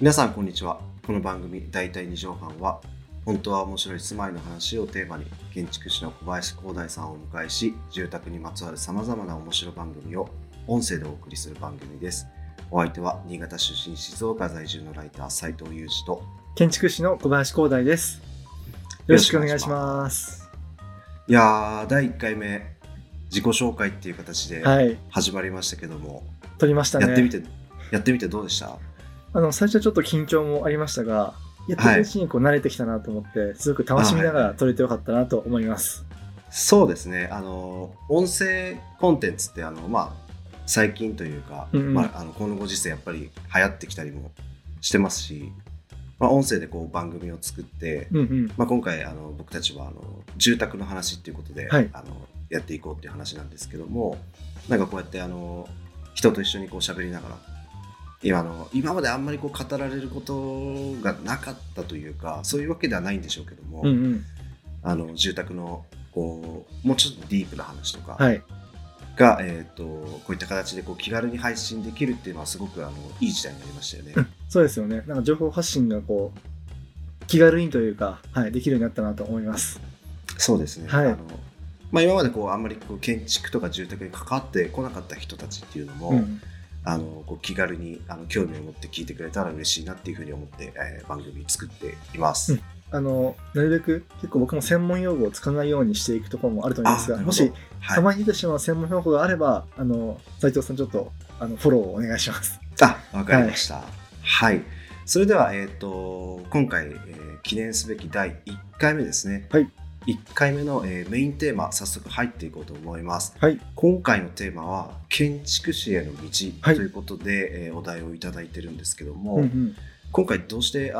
皆さんこんにちは。この番組大体2畳半は本当は面白い住まいの話をテーマに建築士の小林光大さんをお迎えし、住宅にまつわるさまざまな面白い番組を音声でお送りする番組です。お相手は新潟出身静岡在住のライター斉藤裕二と建築士の小林光大です。よろしくお願いします。 いやー、第1回目自己紹介っていう形で始まりましたけども、 撮りましたね。 やってみてどうでした？ 最初はちょっと緊張もありましたが、やってるうちに慣れてきたなと思って、すごく楽しみながら撮れてよかったなと思います。 そうですね。音声コンテンツって最近というか、このご時世やっぱり流行ってきたりもしてますし、音声でこう番組を作って、今回僕たちは住宅の話っていうことで、やっていこうっていう話なんですけども、なんかこうやって人と一緒にこう喋りながら、今まであんまりこう語られることがなかったというか、そういうわけではないんでしょうけども、住宅のこうもうちょっとディープな話とかが、こういった形でこう気軽に配信できるっていうのはすごくいい時代になりましたよね。 そうですよね。なんか情報発信がこう気軽にというか、できるようになったなと思います。 そうですね。今までこうあんまりこう建築とか住宅に関わってこなかった人たちっていうのも、こう気軽に興味を持って聞いてくれたら嬉しいなっていうふうに思って、番組作っています。 なるべく結構僕も専門用語を使わないようにしていくところもあると思いますが、もしたまに出てしまう専門用語があれば斉藤さんちょっとフォローをお願いします。 わかりました。それでは、今回、記念すべき第1回目ですね。1回目の、メインテーマ早速入っていこうと思います。今回のテーマは建築士への道ということで、お題をいただいてるんですけども、今回どうして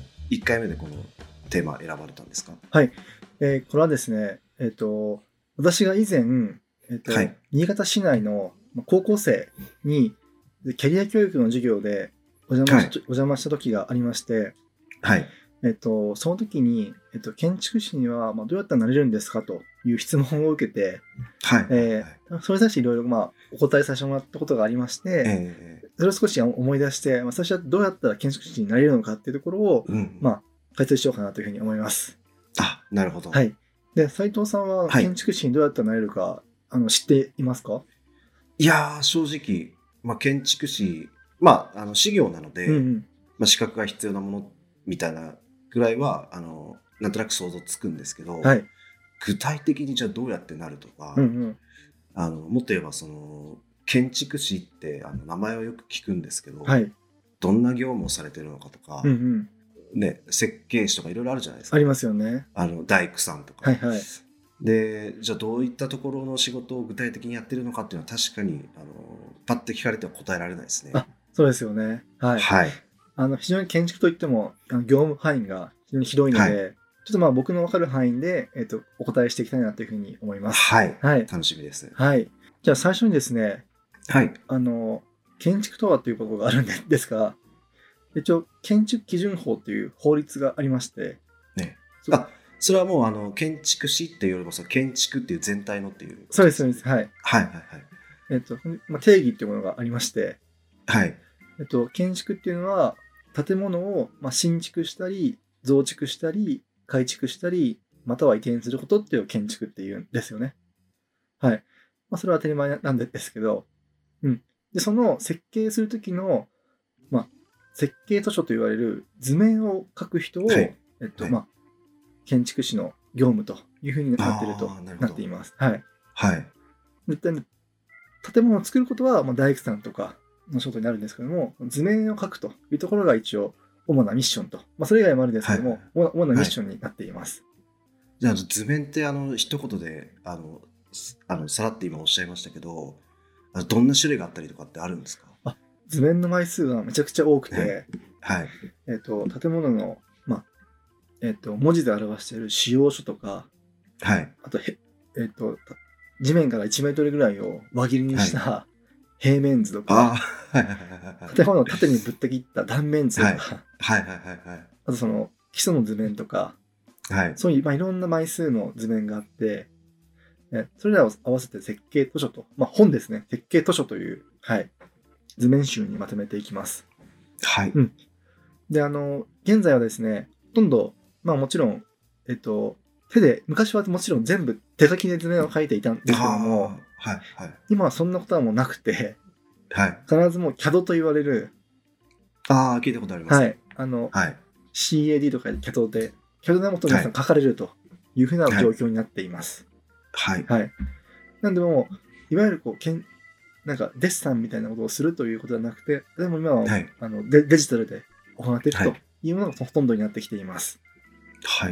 1回目でこのテーマ選ばれたんですか？ これはですね、私が以前、新潟市内の高校生にキャリア教育の授業でお邪魔した時がありまして、その時に、建築士にはどうやったらなれるんですかという質問を受けて、それに対していろいろお答えさせてもらったことがありまして、それを少し思い出して、最初はどうやったら建築士になれるのかっていうところを、解説しようかなというふうに思います。 なるほど。 で、斉藤さんは建築士にどうやったらなれるか、知っていますか？ いやー、正直、建築士、私業なので、資格が必要なものみたいなぐらいはなんとなく想像つくんですけど、具体的にじゃあどうやってなるとか、もっと言えばその建築士って名前はよく聞くんですけど、どんな業務をされてるのかとか、設計士とかいろいろあるじゃないですか。 ありますよね。 大工さんとか、でじゃあどういったところの仕事を具体的にやってるのかっていうのは確かにパッて聞かれては答えられないですね。 そうですよね。非常に建築といっても業務範囲が非常に広いので、ちょっと僕の分かる範囲で、お答えしていきたいなというふうに思います。 楽しみです。 じゃあ最初にですね、建築とはということがあるんですが、一応建築基準法という法律がありまして、 それはもう建築士っていうよりも建築っていう全体のっていう。 そうです。定義っていうものがありまして、建築っていうのは建物を新築したり増築したり改築したりまたは移転することっていうのを建築っていうんですよね。それは当たり前なんですけど、でその設計するときの、設計図書と言われる図面を描く人を、建築士の業務というふうになっているとなっています。建物を作ることは大工さんとかの仕事になるんですけども、図面を描くというところが一応主なミッションと、それ以外もあるんですけども、主なミッションになっています。 じゃあ図面って一言でさらって今おっしゃいましたけど、どんな種類があったりとかってあるんですか？ 図面の枚数がめちゃくちゃ多くて、建物の、文字で表している使用書とか、あと地面から1メートルぐらいを輪切りにした平面図とか、建物を縦にぶった切った断面図とか、あとその基礎の図面とか、そういういろんな枚数の図面があって、それらを合わせて設計図書と、本ですね、設計図書という、図面集にまとめていきます。 で、現在はですね、ほとんど、まあもちろん、手で、昔はもちろん全部手書きで図面を描いていたんですけども、 はいはい、 今はそんなことはもうなくて、 はい、 必ずもう CAD と言われる、 聞いたことあります。 はい、 はい、 CAD とか CAD で、CAD でもと皆さん書かれるというふうな状況になっています。 はい。 はい。なんでも、いわゆるこう、なんかデッサンみたいなことをするということではなくて、でも今は、デジタルで行っていくというものがほとんどになってきています。 はい。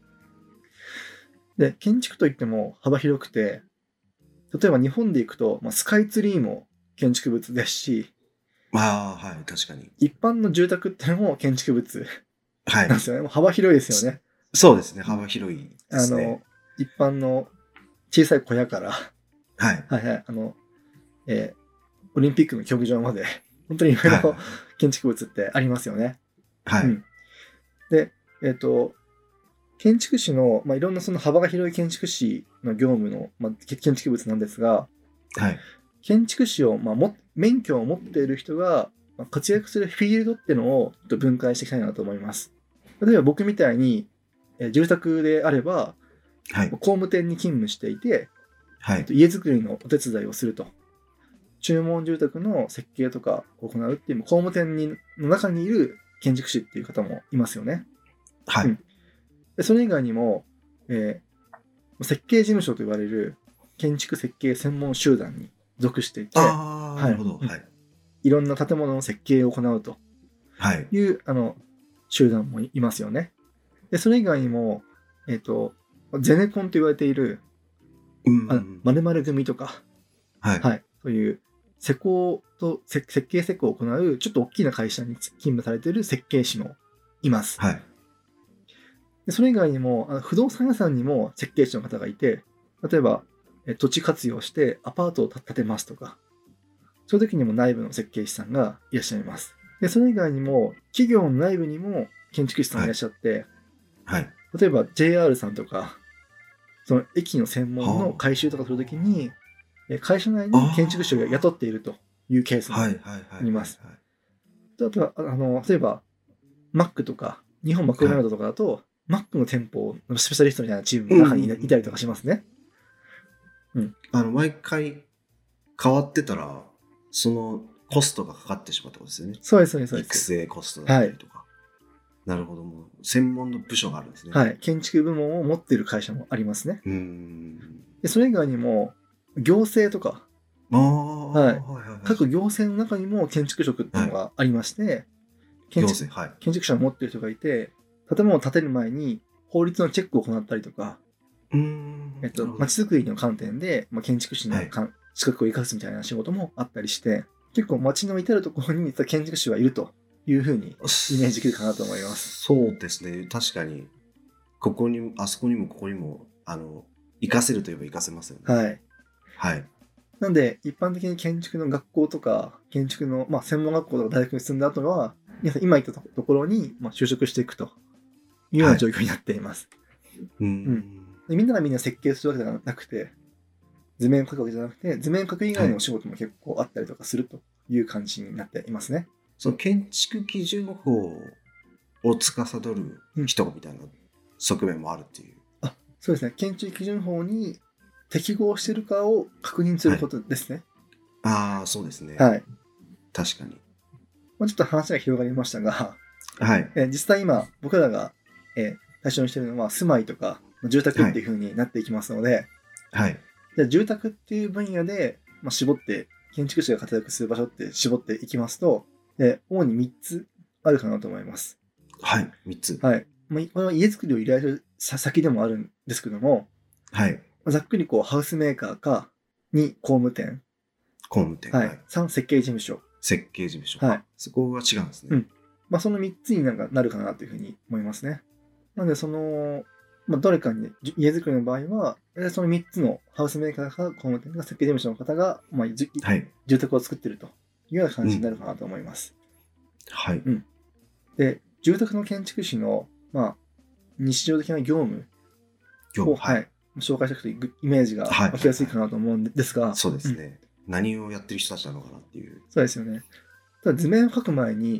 で、建築といっても幅広くて、例えば日本で行くと、スカイツリーも建築物ですし、 はい、確かに。 一般の住宅っていうのも建築物なんですよね。もう幅広いですよね。 そうですね、幅広いですね。 一般の小さい小屋から、 はいはいはい、オリンピックの競技場まで、本当にいろいろ建築物ってありますよね。 はい。 で、建築士の、いろんなその幅が広い建築士の業務の、建築物なんですが、 はい、 建築士を、免許を持っている人が活躍するフィールドっていうのをちょっと分解していきたいなと思います。例えば僕みたいに、住宅であれば、工務店に勤務していて、家づくりのお手伝いをすると。注文住宅の設計とかを行うっていう、工務店の中にいる建築士っていう方もいますよね。 はい。 でそれ以外にも、設計事務所と言われる建築設計専門集団に属していて、 なるほど。はい。 いろんな建物の設計を行うという、集団もいますよね。で、それ以外にも、ゼネコンと言われている、〇〇組とか、そういう施工と設計施工を行うちょっと大きな会社に勤務されている設計士もいます。 はい。 でそれ以外にも不動産屋さんにも設計士の方がいて、例えば土地活用してアパートを建てますとか、そういう時にも内部の設計士さんがいらっしゃいます。でそれ以外にも企業の内部にも建築士さんがいらっしゃって、例えば JR さんとか、その駅の専門の改修とかするときに、会社内に建築士を雇っているというケースもあります。あとは、例えば、Mac とか、日本マクドナルドとかだと、Mac の店舗のスペシャリストみたいなチームの中にいたりとかしますね。 毎回変わってたら、そのコストがかかってしまったことですよね。 そうです、そうです。 育成コストだったりとか。なるほど、もう専門の部署があるんですね。 はい。建築部門を持っている会社もありますね。でそれ以外にも、行政とか、各行政の中にも建築職っていうのがありまして、建築士を持っている人がいて、建物を建てる前に法律のチェックを行ったりとか、街づくりの観点で、建築士の資格を生かすみたいな仕事もあったりして、結構街の至るところに建築士はいるというふうにイメージできるかなと思います。 そうですね。確かに、ここに、あそこにもここにも、活かせるといえば活かせますよね。 はい。はい。なんで、一般的に建築の学校とか、建築の、専門学校とか大学に進んだ後は、皆さん今言ったところに、就職していくというような状況になっています。みんながみんな設計するわけではなくて、図面を描くわけじゃなくて、図面を描く以外のお仕事も結構あったりとかするという感じになっていますね。 その建築基準法を司る人みたいな側面もあるっていう。 そうですね。建築基準法に適合しているかを確認することですね。 そうですね。 はい。 確かに。 ちょっと話が広がりましたが、 はい。 実際今、僕らが、対象にしているのは住まいとか住宅っていう風になっていきますので、 はい。 じゃあ住宅っていう分野で、絞って、建築士が活躍する場所って絞っていきますと、主に3つあるかなと思います。 はい、3つ。 はい。これは家づくりを依頼する先でもあるんですけども、 はい。 ざっくりハウスメーカーか、2、工務店。 工務店。 はい。3、設計事務所。 設計事務所。はい。そこが違うんですね。 その3つになるかなというふうに思いますね。なので、どれかに、家づくりの場合は、その3つのハウスメーカーか工務店が設計事務所の方が、住宅を作っているというような感じになるかなと思います。 はい。 で、住宅の建築士の、日常的な業務を、紹介していくとイメージが湧きやすいかなと思うんですが。 そうですね。何をやってる人たちなのかなっていう。 そうですよね。ただ図面を描く前に、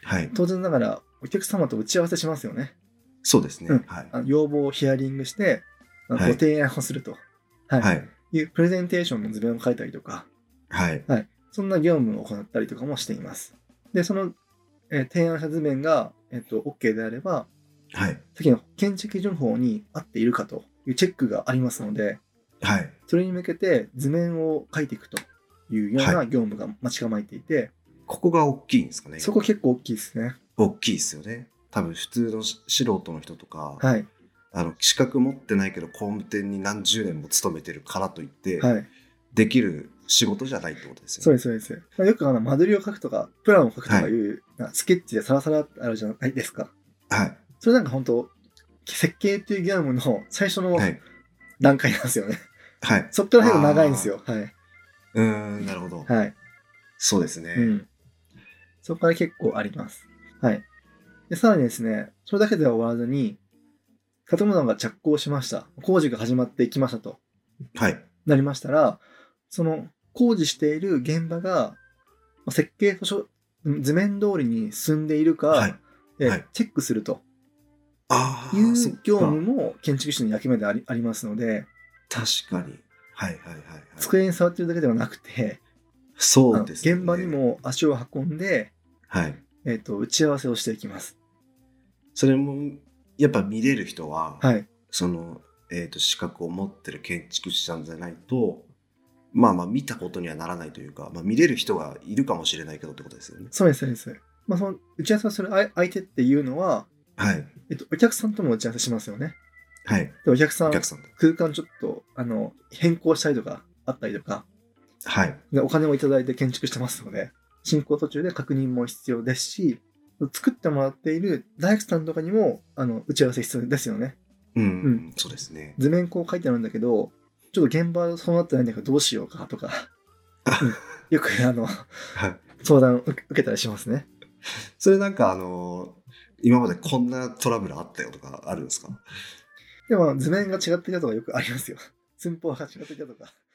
はい。 当然ながらお客様と打ち合わせしますよね。 そうですね。 うん。 はい。 要望をヒアリングして、ごはい。 提案をすると。はい。 はい。 いうプレゼンテーションの図面を書いたりとか、 はい。 はい。そんな業務を行ったりとかもしています。で、その、提案した図面が、OK であれば、 はい。 さっきの建築基準法に合っているかというチェックがありますので、 はい。 それに向けて図面を書いていくというような業務が待ち構えていて、 ここが大きいんですかね。 そこ結構大きいですね。 大きいですよね。多分普通の素人の人とか、 はい。 資格持ってないけど工務店に何十年も勤めてるからといって、 はい。 できる仕事じゃないってことですよね。 そうです、そうです。よく間取りを書くとか、プランを書くとかいう、スケッチでサラサラあるじゃないですか。 はい。 それなんか本当、設計っていう業務の最初の段階なんですよね。 はい。 そっから結構長いんですよ。はい。 なるほど。 はい。 そうですね。 うん。そこから結構あります。はい。で、さらにですね、それだけでは終わらずに、建物が着工しました。工事が始まっていきましたと。 はい。 なりましたら、その工事している現場が設計図面通りに進んでいるか、 はいチェックするとああ、 いうそっか業務も建築士の役目でありますので、 確かに。はいはいはい、はい。 机に座ってるだけではなくて、 そうですね。 現場にも足を運んで、 はい。 打ち合わせをしていきます。 それも、やっぱ見れる人は、 はい。 その、資格を持ってる建築士さんじゃないと、まあまあ見たことにはならないというか、まあ見れる人がいるかもしれないけどってことですよね。 そうです、そうです。まあ、その打ち合わせをする相手っていうのは、 はい。 お客さんとも打ち合わせしますよね。 はい。 でお客さん、 と空間ちょっと、変更したりとか、あったりとか、 はい。 でお金をいただいて建築してますので、進行途中で確認も必要ですし、作ってもらっている大工さんとかにも、打ち合わせ必要ですよね。 そうですね。 図面こう書いてあるんだけど、ちょっと現場そうなってないんだけどどうしようかとか、よく相談を受けたりしますね。 それなんか今までこんなトラブルあったよとかあるんですか？ でも図面が違っていたとかよくありますよ。寸法が違っていたとか。